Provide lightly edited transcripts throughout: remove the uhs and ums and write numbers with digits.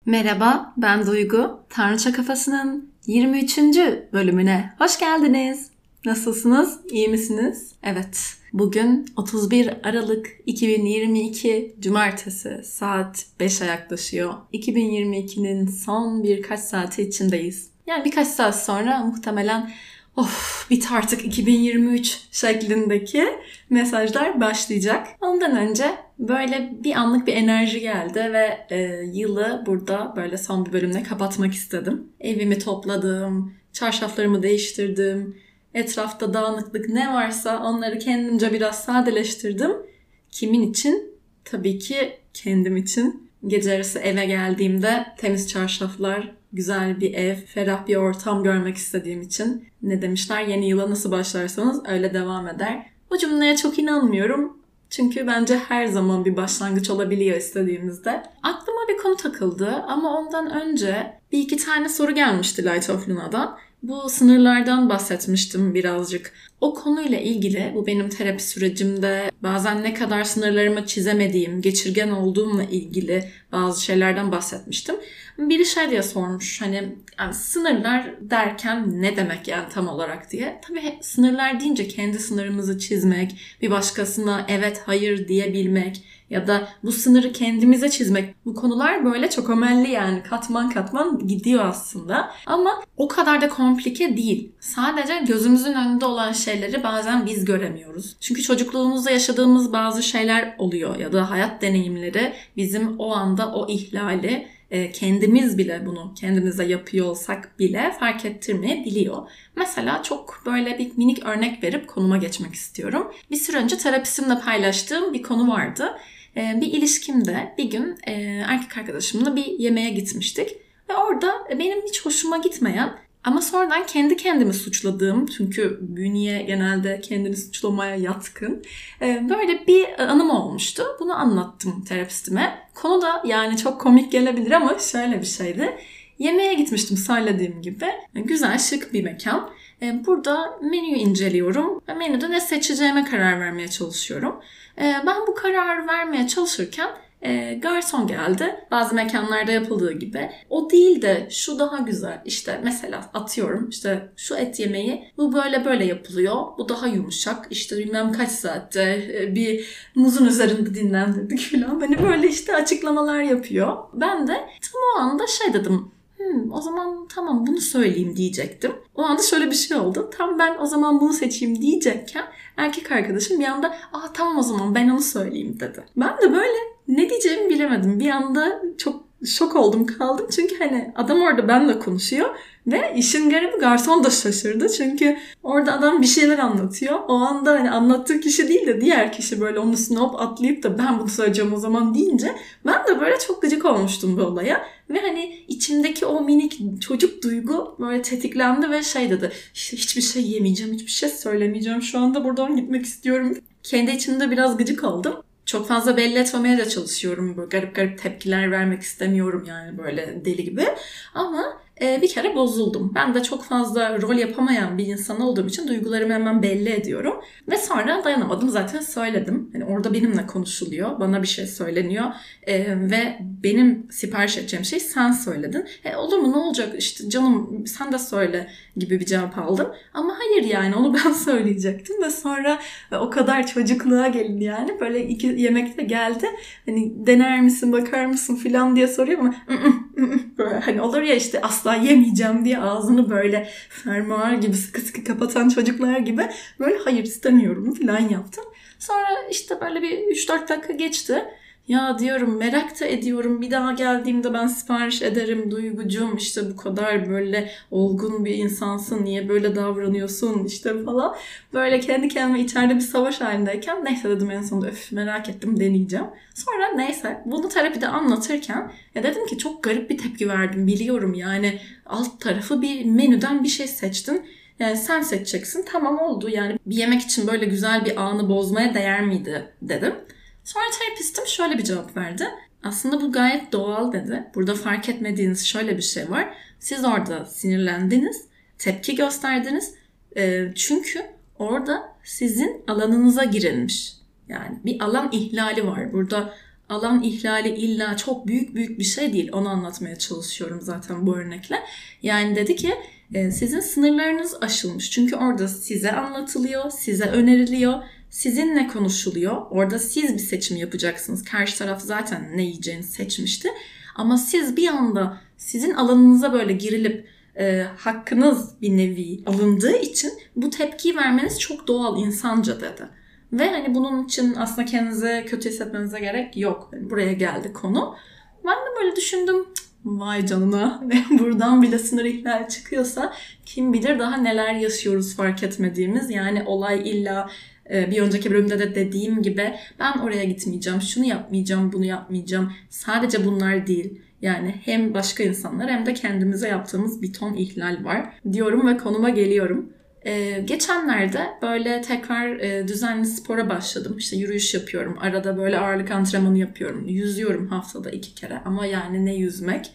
Merhaba, ben Duygu. Tanrıça Kafası'nın 23. bölümüne hoş geldiniz. Nasılsınız? İyi misiniz? Evet, bugün 31 Aralık 2022 Cumartesi saat 5'e yaklaşıyor. 2022'nin son birkaç saati içindeyiz. Yani birkaç saat sonra muhtemelen bit artık 2023 şeklindeki mesajlar başlayacak. Ondan önce böyle bir anlık bir enerji geldi ve yılı burada böyle son bir bölümle kapatmak istedim. Evimi topladım, çarşaflarımı değiştirdim, etrafta dağınıklık ne varsa onları kendimce biraz sadeleştirdim. Kimin için? Tabii ki kendim için. Gece yarısı eve geldiğimde temiz çarşaflar, güzel bir ev, ferah bir ortam görmek istediğim için. Ne demişler? Yeni yıla nasıl başlarsanız öyle devam eder. Bu cümleye çok inanmıyorum. Çünkü bence her zaman bir başlangıç olabiliyor istediğimizde. Aklıma bir konu takıldı ama ondan önce bir iki tane soru gelmişti Light of Luna'dan. Bu sınırlardan bahsetmiştim birazcık. O konuyla ilgili bu benim terapi sürecimde bazen ne kadar sınırlarımı çizemediğim, geçirgen olduğumla ilgili bazı şeylerden bahsetmiştim. Biri şey diye sormuş yani sınırlar derken ne demek yani tam olarak diye. Tabii sınırlar deyince kendi sınırımızı çizmek, bir başkasına evet hayır diyebilmek ya da bu sınırı kendimize çizmek. Bu konular böyle çok ömelli yani katman katman gidiyor aslında. Ama o kadar da komplike değil. Sadece gözümüzün önünde olan şeyleri bazen biz göremiyoruz. Çünkü çocukluğumuzda yaşadığımız bazı şeyler oluyor ya da hayat deneyimleri bizim o anda o ihlali kendimiz bile bunu kendimize yapıyor olsak bile fark ettirmeyebiliyor. Mesela çok böyle bir minik örnek verip konuma geçmek istiyorum. Bir süre önce terapistimle paylaştığım bir konu vardı. Bir ilişkimde bir gün erkek arkadaşımla bir yemeğe gitmiştik. Ve orada benim hiç hoşuma gitmeyen ama sonradan kendi kendimi suçladığım, çünkü bünye genelde kendini suçlamaya yatkın, böyle bir anım olmuştu. Bunu anlattım terapistime. Konu da yani çok komik gelebilir ama şöyle bir şeydi. Yemeğe gitmiştim söylediğim gibi. Güzel, şık bir mekan. Burada menüyü inceliyorum ve menüde ne seçeceğime karar vermeye çalışıyorum. Ben bu kararı vermeye çalışırken garson geldi. Bazı mekanlarda yapıldığı gibi. O değil de şu daha güzel. İşte mesela atıyorum işte şu et yemeği bu böyle böyle yapılıyor. Bu daha yumuşak. İşte bilmem kaç saatte bir muzun üzerinde dinlendirdik falan. Hani böyle işte açıklamalar yapıyor. Ben de tam o anda şey dedim. O zaman tamam bunu söyleyeyim diyecektim. O anda şöyle bir şey oldu. Tam ben o zaman bunu seçeyim diyecekken erkek arkadaşım bir anda tamam o zaman ben onu söyleyeyim dedi. Ben de böyle ne diyeceğimi bilemedim. Bir anda çok şok oldum kaldım. Çünkü hani adam orada benimle konuşuyor ve işin garibi garson da şaşırdı. Çünkü orada adam bir şeyler anlatıyor. O anda hani anlattığı kişi değil de diğer kişi böyle onun üstüne hop atlayıp da ben bunu söyleyeceğim o zaman deyince ben de böyle çok gıcık olmuştum bu olaya. Ve hani içimdeki o minik çocuk duygu böyle tetiklendi ve şey dedi. İşte hiçbir şey yemeyeceğim, hiçbir şey söylemeyeceğim. Şu anda buradan gitmek istiyorum. Kendi içimde biraz gıcık oldum. Çok fazla belli etmemeye de çalışıyorum. Böyle garip garip tepkiler vermek istemiyorum yani böyle deli gibi. Ama bir kere bozuldum. Ben de çok fazla rol yapamayan bir insan olduğum için duygularımı hemen belli ediyorum. Ve sonra dayanamadım, zaten söyledim. Hani orada benimle konuşuluyor. Bana bir şey söyleniyor. Ve benim sipariş edeceğim şeyi sen söyledin. Olur mu ne olacak işte canım sen de söyle gibi bir cevap aldım. Ama hayır yani onu ben söyleyecektim. Ve sonra o kadar çocukluğa gelin yani. Böyle iki yemekte geldi. Hani dener misin bakar mısın falan diye soruyor ama böyle hani olur ya işte asla yemeyeceğim diye ağzını böyle fermuar gibi sıkı sıkı kapatan çocuklar gibi böyle hayır istemiyorum falan yaptım. Sonra işte böyle bir 3-4 dakika geçti. Ya diyorum merak da ediyorum bir daha geldiğimde ben sipariş ederim Duygucuğum işte bu kadar böyle olgun bir insansın niye böyle davranıyorsun işte falan. Böyle kendi kendime içeride bir savaş halindeyken neyse dedim en sonunda merak ettim deneyeceğim. Sonra neyse bunu terapide anlatırken ya dedim ki çok garip bir tepki verdim biliyorum yani alt tarafı bir menüden bir şey seçtin. Yani sen seçeceksin tamam oldu yani bir yemek için böyle güzel bir anı bozmaya değer miydi dedim. Sonra terapistim şöyle bir cevap verdi. Aslında bu gayet doğal dedi. Burada fark etmediğiniz şöyle bir şey var. Siz orada sinirlendiniz, tepki gösterdiniz. Çünkü orada sizin alanınıza girilmiş. Yani bir alan ihlali var. Burada alan ihlali illa çok büyük bir şey değil. Onu anlatmaya çalışıyorum zaten bu örnekle. Yani dedi ki sizin sınırlarınız aşılmış. Çünkü orada size anlatılıyor, size öneriliyor, sizinle konuşuluyor. Orada siz bir seçim yapacaksınız. Karşı taraf zaten ne yiyeceğini seçmişti. Ama siz bir anda sizin alanınıza böyle girilip hakkınız bir nevi alındığı için bu tepkiyi vermeniz çok doğal, insanca dedi. Ve hani bunun için aslında kendinize kötü hissetmenize gerek yok. Yani buraya geldi konu. Ben de böyle düşündüm. Vay canına, buradan bile sınır ihlali çıkıyorsa kim bilir daha neler yaşıyoruz fark etmediğimiz. Yani olay illa bir önceki bölümde de dediğim gibi ben oraya gitmeyeceğim, şunu yapmayacağım, bunu yapmayacağım. Sadece bunlar değil. Yani hem başka insanlar hem de kendimize yaptığımız bir ton ihlal var diyorum ve konuma geliyorum. Geçenlerde böyle tekrar düzenli spora başladım. İşte yürüyüş yapıyorum. Arada böyle ağırlık antrenmanı yapıyorum. Yüzüyorum haftada 2 kere. Ama yani ne yüzmek?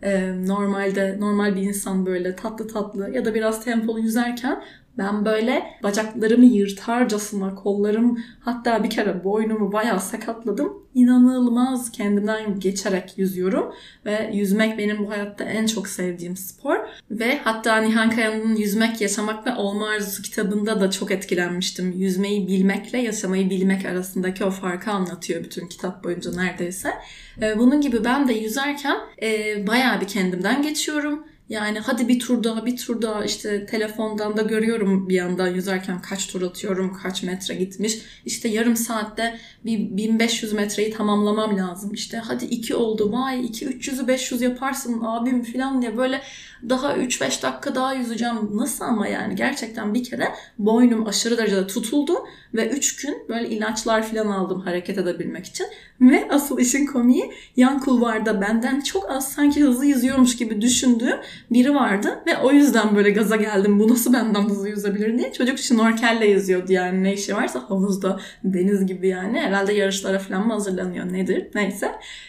Normal bir insan böyle tatlı ya da biraz tempolu yüzerken ben böyle bacaklarımı yırtarcasına kollarım, hatta bir kere boynumu bayağı sakatladım. İnanılmaz kendimden geçerek yüzüyorum ve yüzmek benim bu hayatta en çok sevdiğim spor. Ve hatta Nihan Kaya'nın Yüzmek, Yaşamak ve Olma Arzusu kitabında da çok etkilenmiştim. Yüzmeyi bilmekle yaşamayı bilmek arasındaki o farkı anlatıyor bütün kitap boyunca neredeyse. Bunun gibi ben de yüzerken bayağı bir kendimden geçiyorum. Yani hadi bir tur daha işte telefondan da görüyorum bir yandan yüzerken kaç tur atıyorum, kaç metre gitmiş. İşte yarım saatte bir 1500 metreyi tamamlamam lazım. İşte hadi 2 oldu, vay 300'ü 500 yaparsın abim falan diye böyle daha 3-5 dakika daha yüzeceğim. Nasıl ama yani gerçekten bir kere boynum aşırı derecede tutuldu ve 3 gün böyle ilaçlar falan aldım hareket edebilmek için. Ve asıl işin komiği yan kulvarda benden çok az sanki hızlı yüzüyormuş gibi düşündüğüm biri vardı ve o yüzden böyle gaza geldim. Bu nasıl benden hızlı yüzebilir diye. Çocuk şnorkelle yüzüyordu yani ne işi varsa havuzda, deniz gibi yani. Herhalde yarışlara falan mı hazırlanıyor nedir neyse.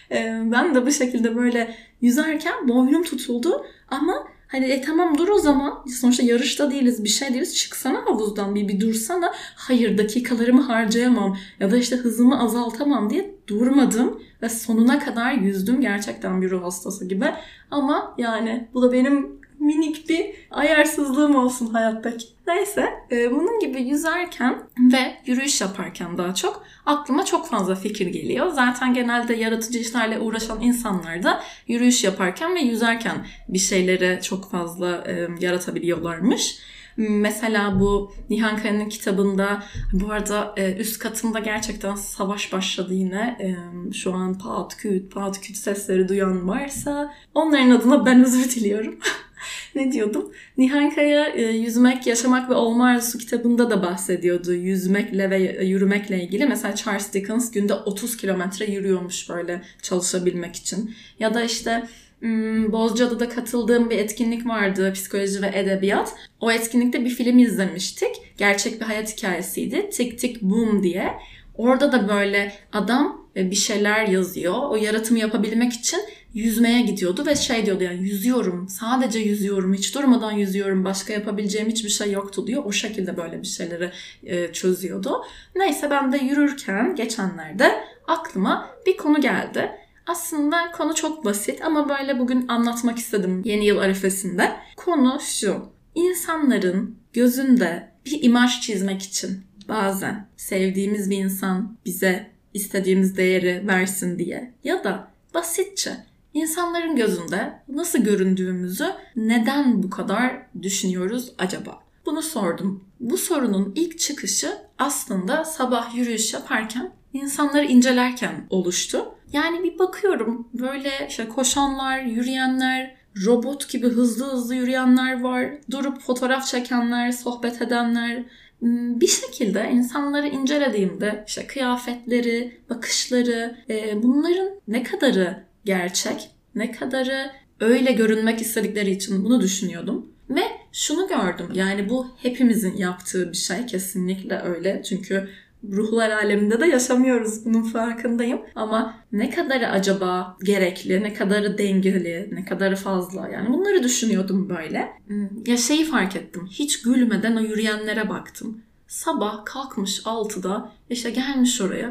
Ben de bu şekilde böyle yüzerken boynum tutuldu ama hani tamam dur o zaman. Sonuçta yarışta değiliz, bir şey değiliz. Çıksana havuzdan bir dursana. Hayır dakikalarımı harcayamam ya da işte hızımı azaltamam diye durmadım. Ve sonuna kadar yüzdüm gerçekten bir ruh hastası gibi. Ama yani bu da benim minik bir ayarsızlığım olsun hayattaki. Neyse bunun gibi yüzerken ve yürüyüş yaparken daha çok aklıma çok fazla fikir geliyor. Zaten genelde yaratıcı işlerle uğraşan insanlar da yürüyüş yaparken ve yüzerken bir şeyleri çok fazla yaratabiliyorlarmış. Mesela bu Nihan Kaya'nın kitabında bu arada üst katımda gerçekten savaş başladı yine. Şu an pat küt sesleri duyan varsa onların adına ben özür diliyorum. Ne diyordum? Nihan Kaya Yüzmek, Yaşamak ve Olma Arzusu kitabında da bahsediyordu. Yüzmekle ve yürümekle ilgili. Mesela Charles Dickens günde 30 kilometre yürüyormuş böyle çalışabilmek için. Ya da işte Bozcaada'da katıldığım bir etkinlik vardı. Psikoloji ve edebiyat. O etkinlikte bir film izlemiştik. Gerçek bir hayat hikayesiydi. Tick Tick Boom diye. Orada da böyle adam bir şeyler yazıyor. O yaratımı yapabilmek için yüzmeye gidiyordu ve şey diyordu yani yüzüyorum, sadece yüzüyorum, hiç durmadan yüzüyorum, başka yapabileceğim hiçbir şey yoktu diyor. O şekilde böyle bir şeyleri çözüyordu. Neyse ben de yürürken geçenlerde aklıma bir konu geldi. Aslında konu çok basit ama böyle bugün anlatmak istedim yeni yıl arifesinde. Konu şu: İnsanların gözünde bir imaj çizmek için bazen sevdiğimiz bir insan bize istediğimiz değeri versin diye ya da basitçe insanların gözünde nasıl göründüğümüzü neden bu kadar düşünüyoruz acaba? Bunu sordum. Bu sorunun ilk çıkışı aslında sabah yürüyüş yaparken, insanları incelerken oluştu. Yani bir bakıyorum böyle işte koşanlar, yürüyenler, robot gibi hızlı yürüyenler var. Durup fotoğraf çekenler, sohbet edenler. Bir şekilde insanları incelediğimde işte kıyafetleri, bakışları, bunların ne kadarı gerçek, ne kadarı öyle görünmek istedikleri için bunu düşünüyordum. Ve şunu gördüm, yani bu hepimizin yaptığı bir şey, kesinlikle öyle. Çünkü ruhlar aleminde de yaşamıyoruz, bunun farkındayım. Ama ne kadarı acaba gerekli, ne kadarı dengeli, ne kadarı fazla, yani bunları düşünüyordum böyle. Ya şeyi fark ettim, hiç gülmeden o yürüyenlere baktım. Sabah kalkmış 6'da işte gelmiş oraya,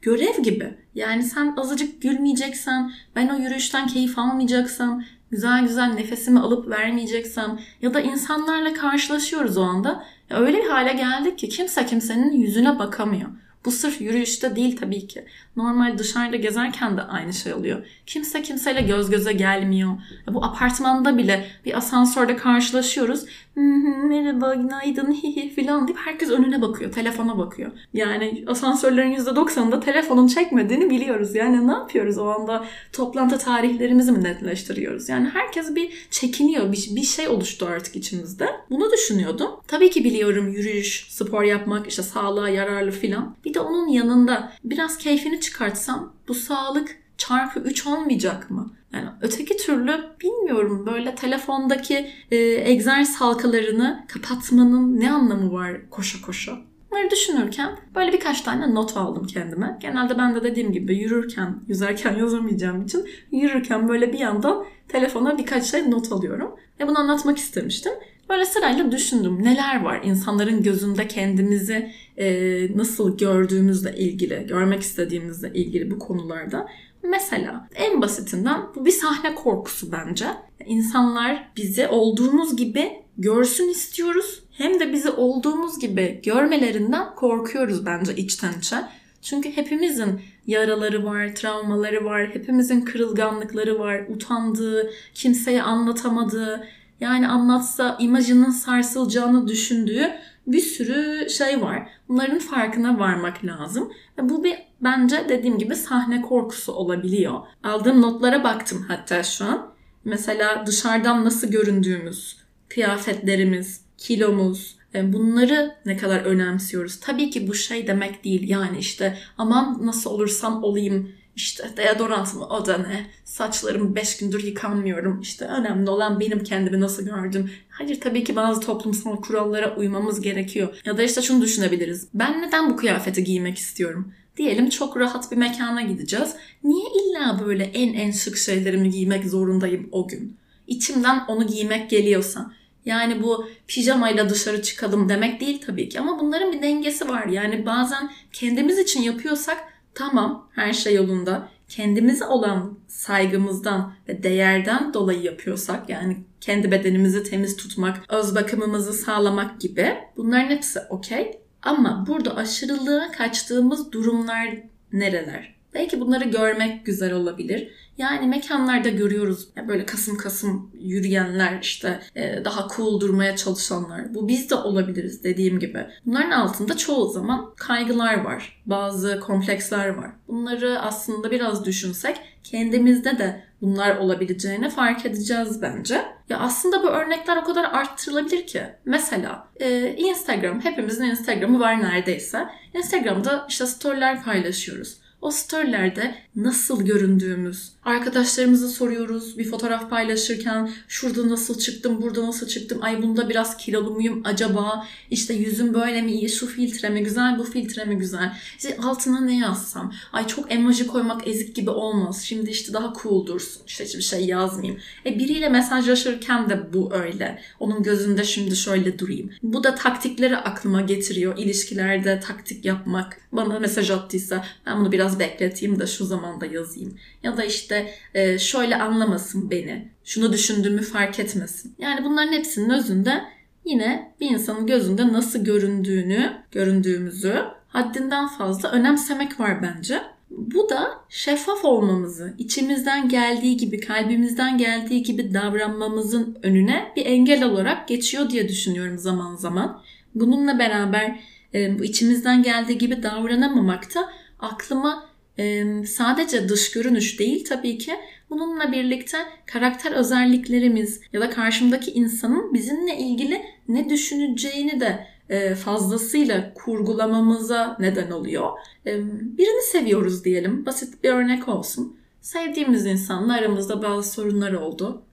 görev gibi. Yani sen azıcık gülmeyeceksen, ben o yürüyüşten keyif almayacaksam, güzel güzel nefesimi alıp vermeyeceksem ya da insanlarla karşılaşıyoruz o anda. Ya öyle bir hale geldik ki kimse kimsenin yüzüne bakamıyor. Bu sırf yürüyüşte değil tabii ki. Normal dışarıda gezerken de aynı şey oluyor. Kimse kimseyle göz göze gelmiyor. Bu apartmanda bile bir asansörde karşılaşıyoruz. Merhaba, günaydın, hihi falan deyip herkes önüne bakıyor, telefona bakıyor. Yani asansörlerin %90'ında telefonun çekmediğini biliyoruz. Yani ne yapıyoruz o anda? Toplantı tarihlerimizi mi netleştiriyoruz? Yani herkes bir çekiniyor, bir şey oluştu artık içimizde. Bunu düşünüyordum. Tabii ki biliyorum yürüyüş, spor yapmak, işte sağlığa yararlı falan. Bir de onun yanında biraz keyfini çıkartsam bu sağlık çarpı 3 olmayacak mı? Yani öteki türlü bilmiyorum, böyle telefondaki egzersiz halkalarını kapatmanın ne anlamı var koşa koşa? Bunları düşünürken böyle birkaç tane not aldım kendime. Genelde ben de dediğim gibi yürürken, yüzerken yazamayacağım için yürürken böyle bir yandan telefona birkaç şey not alıyorum. Ve bunu anlatmak istemiştim. Böyle sırayla düşündüm. Neler var insanların gözünde kendimizi nasıl gördüğümüzle ilgili, görmek istediğimizle ilgili bu konularda. Mesela en basitinden bu bir sahne korkusu bence. İnsanlar bizi olduğumuz gibi görsün istiyoruz. Hem de bizi olduğumuz gibi görmelerinden korkuyoruz bence içten içe. Çünkü hepimizin yaraları var, travmaları var, hepimizin kırılganlıkları var, utandığı, kimseye anlatamadığı, yani anlatsa imajının sarsılacağını düşündüğü bir sürü şey var. Bunların farkına varmak lazım. Ve bu bir bence dediğim gibi sahne korkusu olabiliyor. Aldığım notlara baktım hatta şu an. Mesela dışarıdan nasıl göründüğümüz, kıyafetlerimiz, kilomuz, bunları ne kadar önemsiyoruz. Tabii ki bu şey demek değil, yani işte aman nasıl olursam olayım, İşte deodorant mı, o da ne? Saçlarım 5 gündür yıkanmıyorum. İşte önemli olan benim kendimi nasıl gördüm. Hayır, tabii ki bazı toplumsal kurallara uymamız gerekiyor. Ya da işte şunu düşünebiliriz. Ben neden bu kıyafeti giymek istiyorum? Diyelim çok rahat bir mekana gideceğiz. Niye illa böyle en şık şeylerimi giymek zorundayım o gün? İçimden onu giymek geliyorsa. Yani bu pijamayla dışarı çıkalım demek değil tabii ki. Ama bunların bir dengesi var. Yani bazen kendimiz için yapıyorsak tamam, her şey yolunda. Kendimize olan saygımızdan ve değerden dolayı yapıyorsak, yani kendi bedenimizi temiz tutmak, öz bakımımızı sağlamak gibi, bunların hepsi okey. Ama burada aşırılığa kaçtığımız durumlar nereler? Belki bunları görmek güzel olabilir. Yani mekanlarda görüyoruz ya böyle kasım kasım yürüyenler, işte daha cool durmaya çalışanlar. Bu biz de olabiliriz dediğim gibi. Bunların altında çoğu zaman kaygılar var. Bazı kompleksler var. Bunları aslında biraz düşünsek kendimizde de bunlar olabileceğini fark edeceğiz bence. Ya aslında bu örnekler o kadar arttırılabilir ki. Mesela Instagram, hepimizin Instagram'ı var neredeyse. Instagram'da işte storyler paylaşıyoruz. O storylerde nasıl göründüğümüz, arkadaşlarımıza soruyoruz bir fotoğraf paylaşırken, şurada nasıl çıktım, burada nasıl çıktım, ay bunda biraz kilolu muyum acaba, işte yüzüm böyle mi iyi, şu filtre mi güzel, bu filtre mi güzel, işte altına ne yazsam, ay çok emoji koymak ezik gibi olmaz, şimdi işte daha cool dursun, işte hiçbir şey yazmayayım. Biriyle mesajlaşırken de bu öyle, onun gözünde şimdi şöyle durayım. Bu da taktikleri aklıma getiriyor, ilişkilerde taktik yapmak. Bana mesaj attıysa ben bunu biraz bekleteyim de şu zamanda yazayım. Ya da işte şöyle anlamasın beni. Şunu düşündüğümü fark etmesin. Yani bunların hepsinin özünde yine bir insanın gözünde nasıl göründüğümüzü haddinden fazla önemsemek var bence. Bu da şeffaf olmamızı, içimizden geldiği gibi, kalbimizden geldiği gibi davranmamızın önüne bir engel olarak geçiyor diye düşünüyorum zaman zaman. Bununla beraber bu içimizden geldiği gibi davranamamakta aklıma sadece dış görünüş değil tabii ki, bununla birlikte karakter özelliklerimiz ya da karşımdaki insanın bizimle ilgili ne düşüneceğini de fazlasıyla kurgulamamıza neden oluyor. Birini seviyoruz diyelim, basit bir örnek olsun. Sevdiğimiz insanla aramızda bazı sorunlar oldu.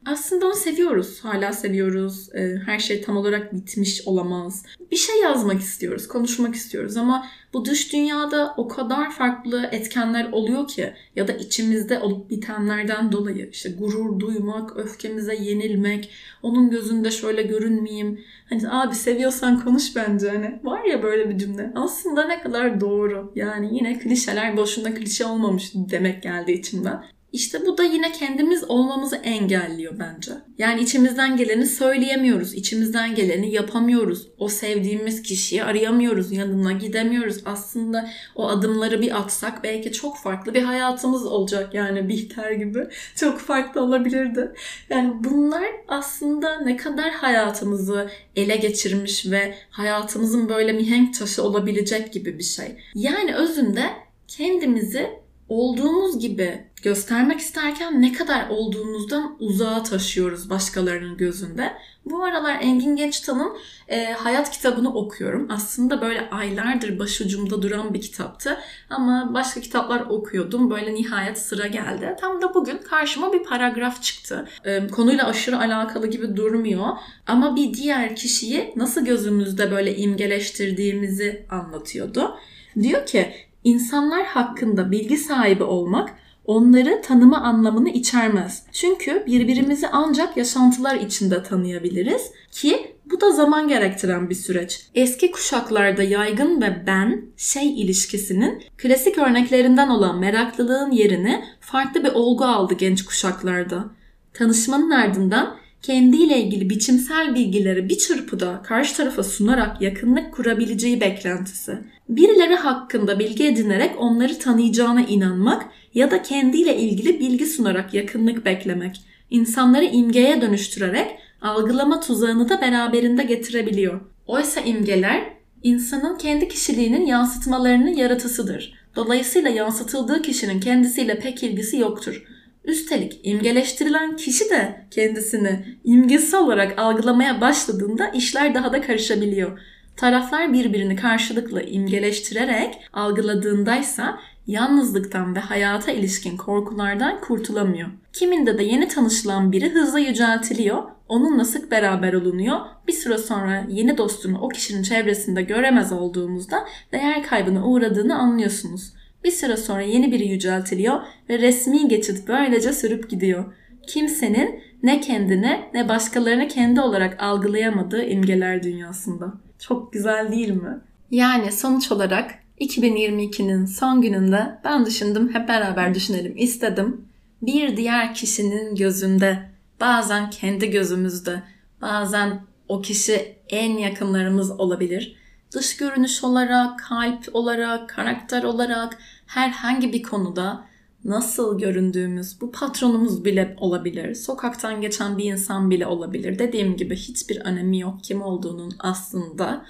Aslında onu seviyoruz. Hala seviyoruz. Her şey tam olarak bitmiş olamaz. Bir şey yazmak istiyoruz, konuşmak istiyoruz ama bu dış dünyada o kadar farklı etkenler oluyor ki ya da içimizde olup bitenlerden dolayı işte gurur duymak, öfkemize yenilmek, onun gözünde şöyle görünmeyeyim. Hani abi seviyorsan konuş bence hani. Var ya böyle bir cümle. Aslında ne kadar doğru. Yani yine klişeler boşuna klişe olmamış demek geldi içimden. İşte bu da yine kendimiz olmamızı engelliyor bence. Yani içimizden geleni söyleyemiyoruz. İçimizden geleni yapamıyoruz. O sevdiğimiz kişiyi arayamıyoruz. Yanına gidemiyoruz. Aslında o adımları bir atsak belki çok farklı bir hayatımız olacak. Yani Bihter gibi çok farklı olabilirdi. Yani bunlar aslında ne kadar hayatımızı ele geçirmiş ve hayatımızın böyle mihenk taşı olabilecek gibi bir şey. Yani özünde kendimizi olduğumuz gibi göstermek isterken ne kadar olduğumuzdan uzağa taşıyoruz başkalarının gözünde. Bu aralar Engin Gençtan'ın Hayat kitabını okuyorum. Aslında böyle aylardır başucumda duran bir kitaptı. Ama başka kitaplar okuyordum. Böyle nihayet sıra geldi. Tam da bugün karşıma bir paragraf çıktı. Konuyla aşırı alakalı gibi durmuyor. Ama bir diğer kişiyi nasıl gözümüzde böyle imgeleştirdiğimizi anlatıyordu. Diyor ki, İnsanlar hakkında bilgi sahibi olmak onları tanıma anlamını içermez. Çünkü birbirimizi ancak yaşantılar içinde tanıyabiliriz ki bu da zaman gerektiren bir süreç. Eski kuşaklarda yaygın ve ben-şey ilişkisinin klasik örneklerinden olan meraklılığın yerini farklı bir olgu aldı genç kuşaklarda. Tanışmanın ardından kendiyle ilgili biçimsel bilgileri bir çırpıda karşı tarafa sunarak yakınlık kurabileceği beklentisi. Birileri hakkında bilgi edinerek onları tanıyacağına inanmak ya da kendiyle ilgili bilgi sunarak yakınlık beklemek, insanları imgeye dönüştürerek algılama tuzağını da beraberinde getirebiliyor. Oysa imgeler, insanın kendi kişiliğinin yansıtmalarının yaratısıdır. Dolayısıyla yansıtıldığı kişinin kendisiyle pek ilgisi yoktur. Üstelik imgeleştirilen kişi de kendisini imgesi olarak algılamaya başladığında işler daha da karışabiliyor. Taraflar birbirini karşılıklı imgeleştirerek algıladığındaysa yalnızlıktan ve hayata ilişkin korkulardan kurtulamıyor. Kiminde de yeni tanışılan biri hızla yüceltiliyor, onunla sık beraber olunuyor. Bir süre sonra yeni dostunu o kişinin çevresinde göremez olduğumuzda değer kaybına uğradığını anlıyorsunuz. Bir süre sonra yeni biri yüceltiliyor ve resmi geçit böylece sürüp gidiyor. Kimsenin ne kendine ne başkalarını kendi olarak algılayamadığı imgeler dünyasında. Çok güzel değil mi? Yani sonuç olarak 2022'nin son gününde ben düşündüm, hep beraber düşünelim istedim. Bir diğer kişinin gözünde, bazen kendi gözümüzde, bazen o kişi en yakınlarımız olabilir. Dış görünüş olarak, kalp olarak, karakter olarak herhangi bir konuda nasıl göründüğümüz, bu patronumuz bile olabilir, sokaktan geçen bir insan bile olabilir. Dediğim gibi hiçbir önemi yok kim olduğunun aslında.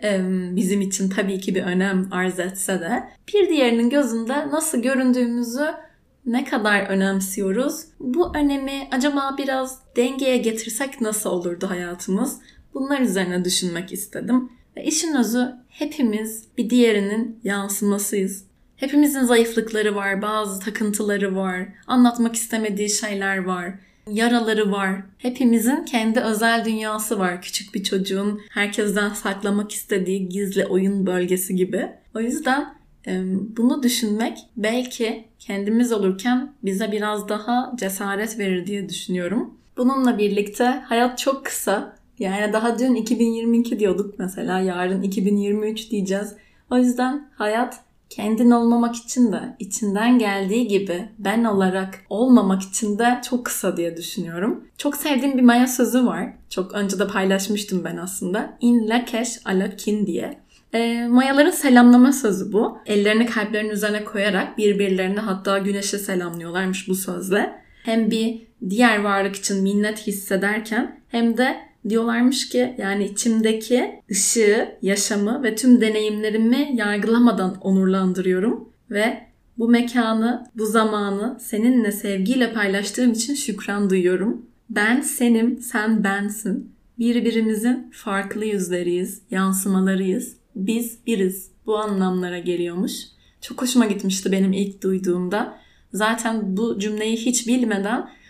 Bizim için tabii ki bir önem arz etse de bir diğerinin gözünde nasıl göründüğümüzü ne kadar önemsiyoruz? Bu önemi acaba biraz dengeye getirsek nasıl olurdu hayatımız? Bunlar üzerine düşünmek istedim. Ve işin özü hepimiz bir diğerinin yansımasıyız. Hepimizin zayıflıkları var, bazı takıntıları var, anlatmak istemediği şeyler var, yaraları var. Hepimizin kendi özel dünyası var. Küçük bir çocuğun herkesten saklamak istediği gizli oyun bölgesi gibi. O yüzden bunu düşünmek belki kendimiz olurken bize biraz daha cesaret verir diye düşünüyorum. Bununla birlikte hayat çok kısa. Yani daha dün 2022 diyorduk mesela, yarın 2023 diyeceğiz. O yüzden hayat kendin olmamak için de içinden geldiği gibi ben olarak olmamak için de çok kısa diye düşünüyorum. Çok sevdiğim bir Maya sözü var. Çok önce de paylaşmıştım ben aslında. In lakesh ala kin diye. Mayaların selamlama sözü bu. Ellerini kalplerinin üzerine koyarak birbirlerine, hatta güneşe selamlıyorlarmış bu sözle. Hem bir diğer varlık için minnet hissederken hem de diyorlarmış ki yani içimdeki ışığı, yaşamı ve tüm deneyimlerimi yargılamadan onurlandırıyorum ve bu mekanı, bu zamanı seninle sevgiyle paylaştığım için şükran duyuyorum. Ben senim, sen bensin. Birbirimizin farklı yüzleriyiz, yansımalarıyız. Biz biriz. Bu anlamlara geliyormuş. Çok hoşuma gitmişti benim ilk duyduğumda. Zaten bu cümleyi hiç bilmeden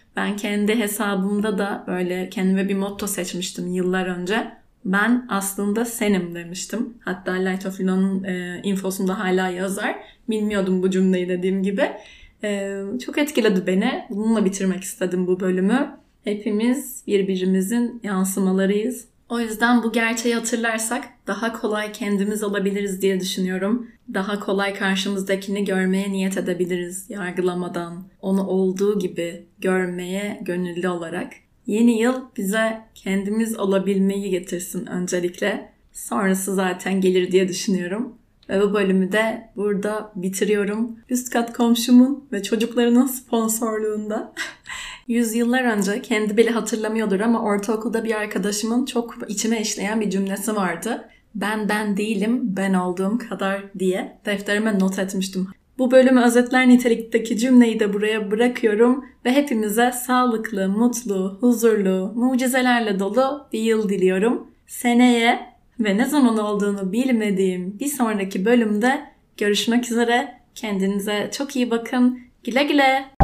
Ben kendi hesabımda da böyle kendime bir motto seçmiştim yıllar önce. Ben aslında senim demiştim. Hatta Light of Luna'nın infosunda hala yazar. Bilmiyordum bu cümleyi dediğim gibi. Çok etkiledi beni. Bununla bitirmek istedim bu bölümü. Hepimiz birbirimizin yansımalarıyız. O yüzden bu gerçeği hatırlarsak daha kolay kendimiz olabiliriz diye düşünüyorum. Daha kolay karşımızdakini görmeye niyet edebiliriz yargılamadan. Onu olduğu gibi görmeye gönüllü olarak. Yeni yıl bize kendimiz olabilmeyi getirsin öncelikle. Sonrası zaten gelir diye düşünüyorum. Ve bu bölümü de burada bitiriyorum. Üst kat komşumun ve çocuklarının sponsorluğunda. Yüzyıllar önce kendi bile hatırlamıyordur ama ortaokulda bir arkadaşımın çok içime işleyen bir cümlesi vardı. Ben değilim, ben olduğum kadar diye defterime not etmiştim. Bu bölümü özetler nitelikteki cümleyi de buraya bırakıyorum ve hepimize sağlıklı, mutlu, huzurlu, mucizelerle dolu bir yıl diliyorum. Seneye ve ne zaman olduğunu bilmediğim bir sonraki bölümde görüşmek üzere. Kendinize çok iyi bakın. Güle güle.